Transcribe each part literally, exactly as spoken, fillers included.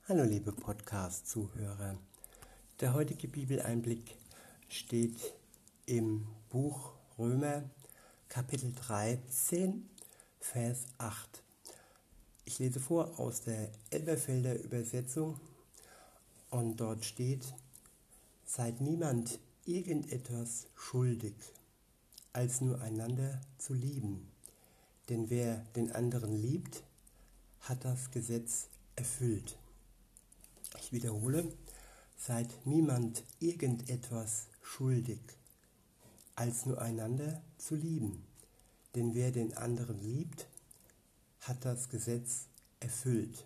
Hallo liebe Podcast-Zuhörer. Der heutige Bibeleinblick steht im Buch Römer, Kapitel dreizehn, Vers acht. Ich lese vor aus der Elberfelder Übersetzung und dort steht: Seid niemand irgendetwas schuldig, als nur einander zu lieben. Denn wer den anderen liebt, hat das Gesetz erfüllt. Ich wiederhole, seid niemand irgendetwas schuldig, als nur einander zu lieben. Denn wer den anderen liebt, hat das Gesetz erfüllt.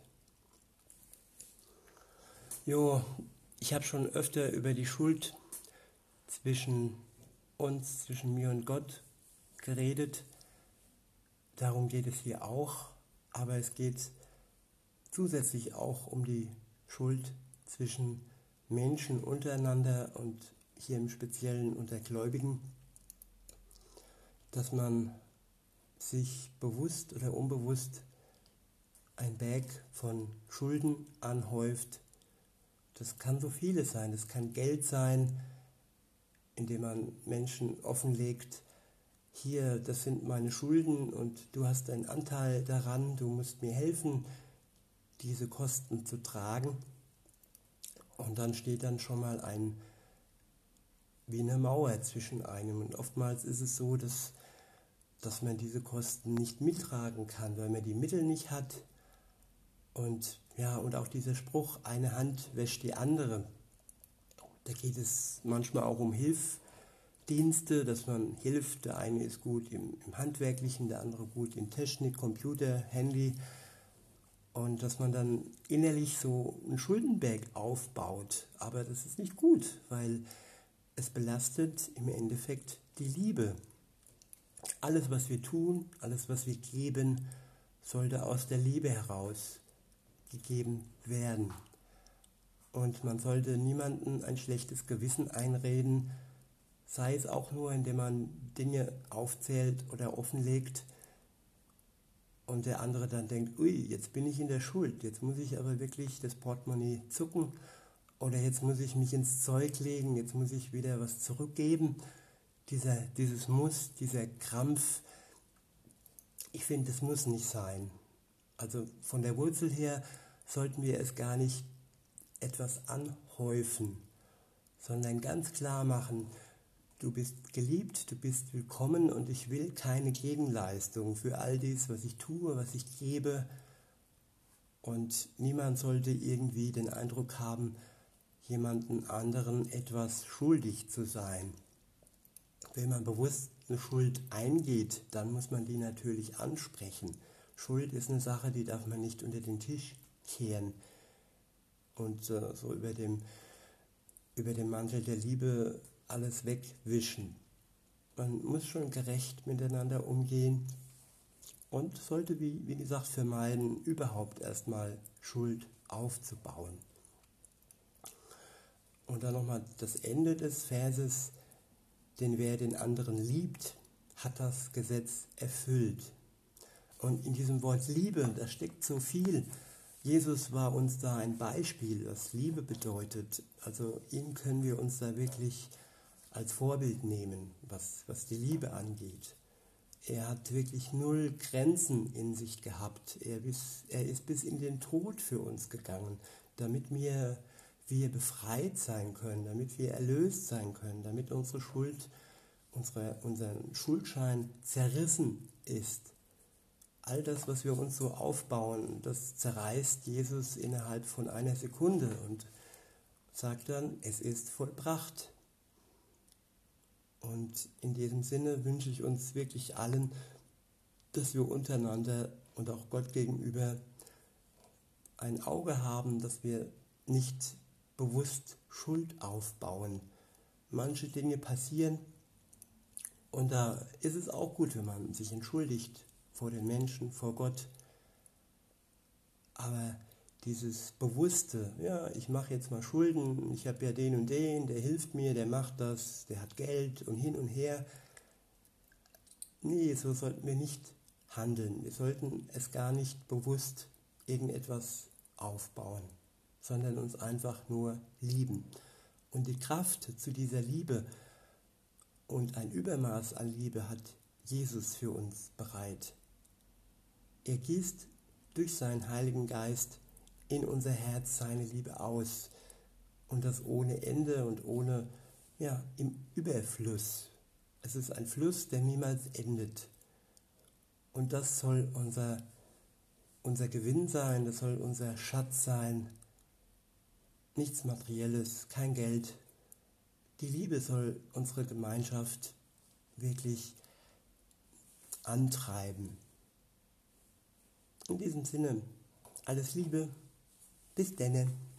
Jo, ich habe schon öfter über die Schuld zwischen uns, zwischen mir und Gott geredet. Darum geht es hier auch, aber es geht zusätzlich auch um die Schuld zwischen Menschen untereinander und hier im Speziellen unter Gläubigen, dass man sich bewusst oder unbewusst ein Berg von Schulden anhäuft. Das kann so vieles sein. Das kann Geld sein, indem man Menschen offenlegt: Hier, das sind meine Schulden und du hast einen Anteil daran, du musst mir helfen, diese Kosten zu tragen. Und dann steht dann schon mal ein, wie eine Mauer zwischen einem. Und oftmals ist es so, dass, dass man diese Kosten nicht mittragen kann, weil man die Mittel nicht hat. Und ja, und auch dieser Spruch, eine Hand wäscht die andere. Da geht es manchmal auch um Hilfsdienste, dass man hilft. Der eine ist gut im, im Handwerklichen, der andere gut in Technik, Computer, Handy. Und dass man dann innerlich so einen Schuldenberg aufbaut. Aber das ist nicht gut, weil es belastet im Endeffekt die Liebe. Alles, was wir tun, alles, was wir geben, sollte aus der Liebe heraus gegeben werden. Und man sollte niemandem ein schlechtes Gewissen einreden, sei es auch nur, indem man Dinge aufzählt oder offenlegt, und der andere dann denkt, ui, jetzt bin ich in der Schuld, jetzt muss ich aber wirklich das Portemonnaie zucken oder jetzt muss ich mich ins Zeug legen, jetzt muss ich wieder was zurückgeben. Dieser, dieses Muss, dieser Krampf, ich finde, das muss nicht sein. Also von der Wurzel her sollten wir es gar nicht etwas anhäufen, sondern ganz klar machen: Du bist geliebt, du bist willkommen und ich will keine Gegenleistung für all dies, was ich tue, was ich gebe. Und niemand sollte irgendwie den Eindruck haben, jemanden anderen etwas schuldig zu sein. Wenn man bewusst eine Schuld eingeht, dann muss man die natürlich ansprechen. Schuld ist eine Sache, die darf man nicht unter den Tisch kehren und äh, so über dem, über dem Mantel der Liebe alles wegwischen. Man muss schon gerecht miteinander umgehen und sollte, wie, wie gesagt, vermeiden, überhaupt erstmal Schuld aufzubauen. Und dann nochmal das Ende des Verses: Denn wer den anderen liebt, hat das Gesetz erfüllt. Und in diesem Wort Liebe, da steckt so viel. Jesus war uns da ein Beispiel, was Liebe bedeutet. Also ihn können wir uns da wirklich als Vorbild nehmen, was, was die Liebe angeht. Er hat wirklich null Grenzen in sich gehabt. Er, bis, er ist bis in den Tod für uns gegangen, damit wir, wir befreit sein können, damit wir erlöst sein können, damit unsere Schuld, unsere, unser Schuldschein zerrissen ist. All das, was wir uns so aufbauen, das zerreißt Jesus innerhalb von einer Sekunde und sagt dann: Es ist vollbracht. Und in diesem Sinne wünsche ich uns wirklich allen, dass wir untereinander und auch Gott gegenüber ein Auge haben, dass wir nicht bewusst Schuld aufbauen. Manche Dinge passieren und da ist es auch gut, wenn man sich entschuldigt vor den Menschen, vor Gott. Aber dieses Bewusste, ja, ich mache jetzt mal Schulden, ich habe ja den und den, der hilft mir, der macht das, der hat Geld und hin und her. Nee, so sollten wir nicht handeln. Wir sollten es gar nicht bewusst irgendetwas aufbauen. sondern uns einfach nur lieben. Und die Kraft zu dieser Liebe und ein Übermaß an Liebe hat Jesus für uns bereit. Er gießt durch seinen Heiligen Geist in unser Herz seine Liebe aus. Und das ohne Ende und ohne, ja, im Überfluss. Es ist ein Fluss, der niemals endet. Und das soll unser, unser Gewinn sein, das soll unser Schatz sein. Nichts Materielles, kein Geld. Die Liebe soll unsere Gemeinschaft wirklich antreiben. In diesem Sinne, alles Liebe, bis denne.